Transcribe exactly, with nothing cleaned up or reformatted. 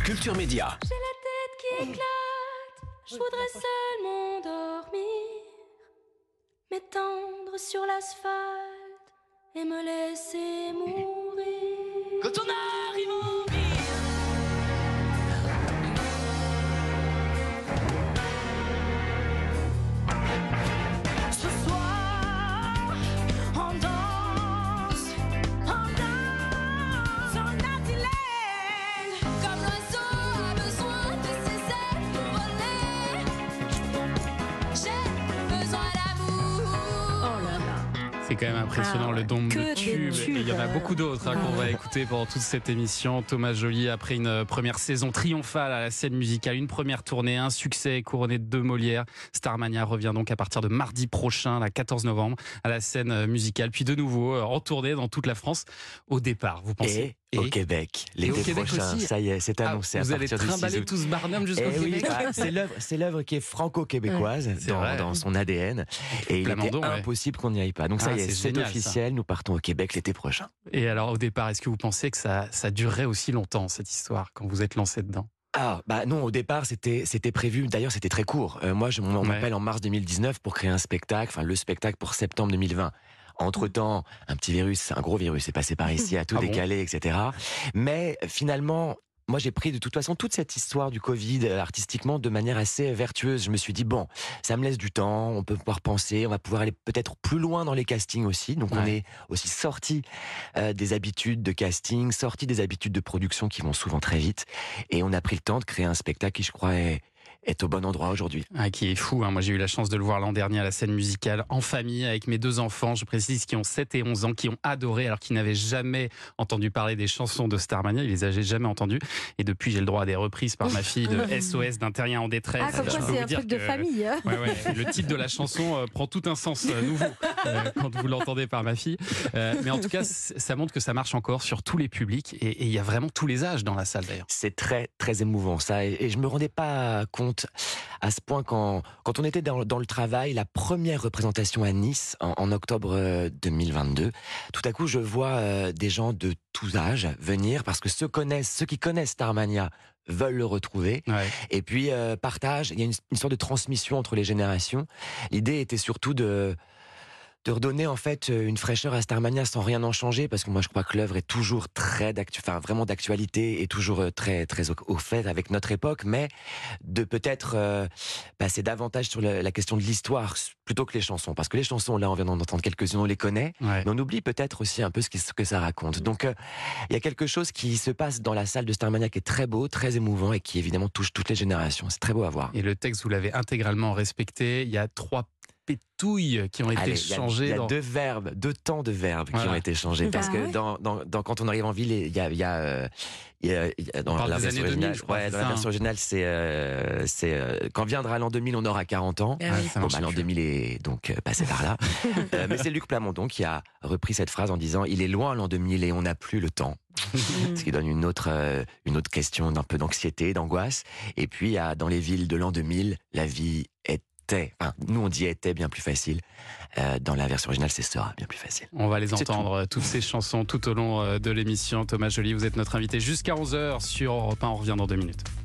Culture Média. J'ai la tête qui éclate, je voudrais seul m'endormir, m'étendre sur l'asphalte et me laisser mourir. Quand on arrive en ville, Ce soir, on danse, on danse, on Nathalie, comme l'oiseau a besoin de ses ailes pour voler. J'ai besoin d'amour. Oh là là. C'est quand même impressionnant Ah, le nombre que de des tubes. tubes. Et il y en a beaucoup d'autres hein, qu'on va écouter pendant toute cette émission. Thomas Joly, après une première saison triomphale à la scène musicale, une première tournée, un succès couronné de deux Molières. Starmania revient donc à partir de mardi prochain, le quatorze novembre, à la scène musicale. Puis de nouveau, en tournée dans toute la France. Au départ, vous pensez Et, au Québec, Et au l'été Québec prochain, aussi. ça y est, c'est Ah, annoncé vous à allez partir du six trimballer août. tout ce Barnum jusqu'au Eh oui, Québec. bah, c'est l'œuvre, c'est l'œuvre qui est franco-québécoise c'est dans, vrai. dans son A D N, et il Plamondon, était ouais. impossible qu'on n'y aille pas. Donc ça Ah, y est, c'est c'est génial, officiel. Nous partons au Québec l'été prochain. Et alors au départ, est-ce que vous pensez que ça, ça durerait aussi longtemps cette histoire quand vous êtes lancé dedans? Ah bah non, au départ c'était c'était prévu. D'ailleurs c'était très court. Euh, moi je, on Ouais. m'appelle en mars deux mille dix-neuf pour créer un spectacle, enfin le spectacle pour septembre deux mille vingt. Entre temps, un petit virus, un gros virus est passé par ici, a tout Ah bon décalé, et cetera. Mais finalement, moi j'ai pris de toute façon toute cette histoire du Covid euh, artistiquement de manière assez vertueuse. Je me suis dit bon, ça me laisse du temps, on peut pouvoir penser, on va pouvoir aller peut-être plus loin dans les castings aussi. Donc on Ouais. est aussi sorti euh, des habitudes de casting, sorti des habitudes de production qui vont souvent très vite, et on a pris le temps de créer un spectacle qui je crois est est au bon endroit aujourd'hui. Ah, qui est fou. Hein. Moi, j'ai eu la chance de le voir l'an dernier à la scène musicale, en famille, avec mes deux enfants, je précise, qui ont sept et onze ans, qui ont adoré, alors qu'ils n'avaient jamais entendu parler des chansons de Starmania. Ils les avaient jamais entendues. Et depuis, j'ai le droit à des reprises par ma fille de S O S d'un terrien en détresse. Ah, comme Je quoi peux c'est vous un dire truc de que- famille. hein. Ouais, ouais. Le titre de la chanson euh, prend tout un sens euh, nouveau euh, quand vous l'entendez par ma fille. Euh, mais en tout cas, c- ça montre que ça marche encore sur tous les publics. Et et il y a vraiment tous les âges dans la salle, d'ailleurs. C'est très très émouvant ça, et, et je me rendais pas compte à ce point quand quand on était dans, dans le travail, la première représentation à Nice en, en octobre euh, deux mille vingt-deux. Tout à coup, je vois euh, des gens de tous âges venir parce que ceux connaissent, ceux qui connaissent Starmania veulent le retrouver. Ouais. Et puis euh, partage, il y a une, une sorte de transmission entre les générations. L'idée était surtout de de redonner en fait une fraîcheur à Starmania sans rien en changer, parce que moi je crois que l'œuvre est toujours très d'actu, enfin vraiment d'actualité, et toujours euh, très très au, au fait avec notre époque, mais de peut-être euh, passer davantage sur la, la question de l'histoire plutôt que les chansons, parce que les chansons là on vient d'en entendre quelques-unes, on les connaît, Ouais. mais on oublie peut-être aussi un peu ce, qui, ce que ça raconte. Donc euh, il y a quelque chose qui se passe dans la salle de Starmania qui est très beau, très émouvant, et qui évidemment touche toutes les générations. C'est très beau à voir. Et le texte, vous l'avez intégralement respecté. Il y a trois pétouilles qui ont été Allez, il y a- changées. Il y a, dans... deux verbes, deux temps de verbes qui Voilà. ont été changés. Parce Bah que ouais. dans, dans, dans, quand on arrive en ville, il y a, il y a, euh, il y a, il y a- dans parle la des version années deux mille, originale, je crois, ouais, c'est dans ça, la hein. version originale, c'est, euh, c'est euh, quand viendra l'an deux mille, on aura quarante ans. Ah oui. ça Bon, marche bah, l'an plus. deux mille est donc euh, passé par là. Euh, mais c'est Luc Plamondon qui a repris cette phrase en disant: il est loin l'an deux mille et on n'a plus le temps. Ce qui donne une autre, euh, une autre question d'un peu d'anxiété, d'angoisse. Et puis, il y a, dans les villes de l'an deux mille, la vie était, enfin, nous on dit était bien plus facile. Euh, dans la version originale, c'est sera bien plus facile. On va les C'est entendre, toutes ces chansons, tout au long euh, de l'émission. Thomas Joly, vous êtes notre invité jusqu'à onze heures sur Europe un. On revient dans deux minutes.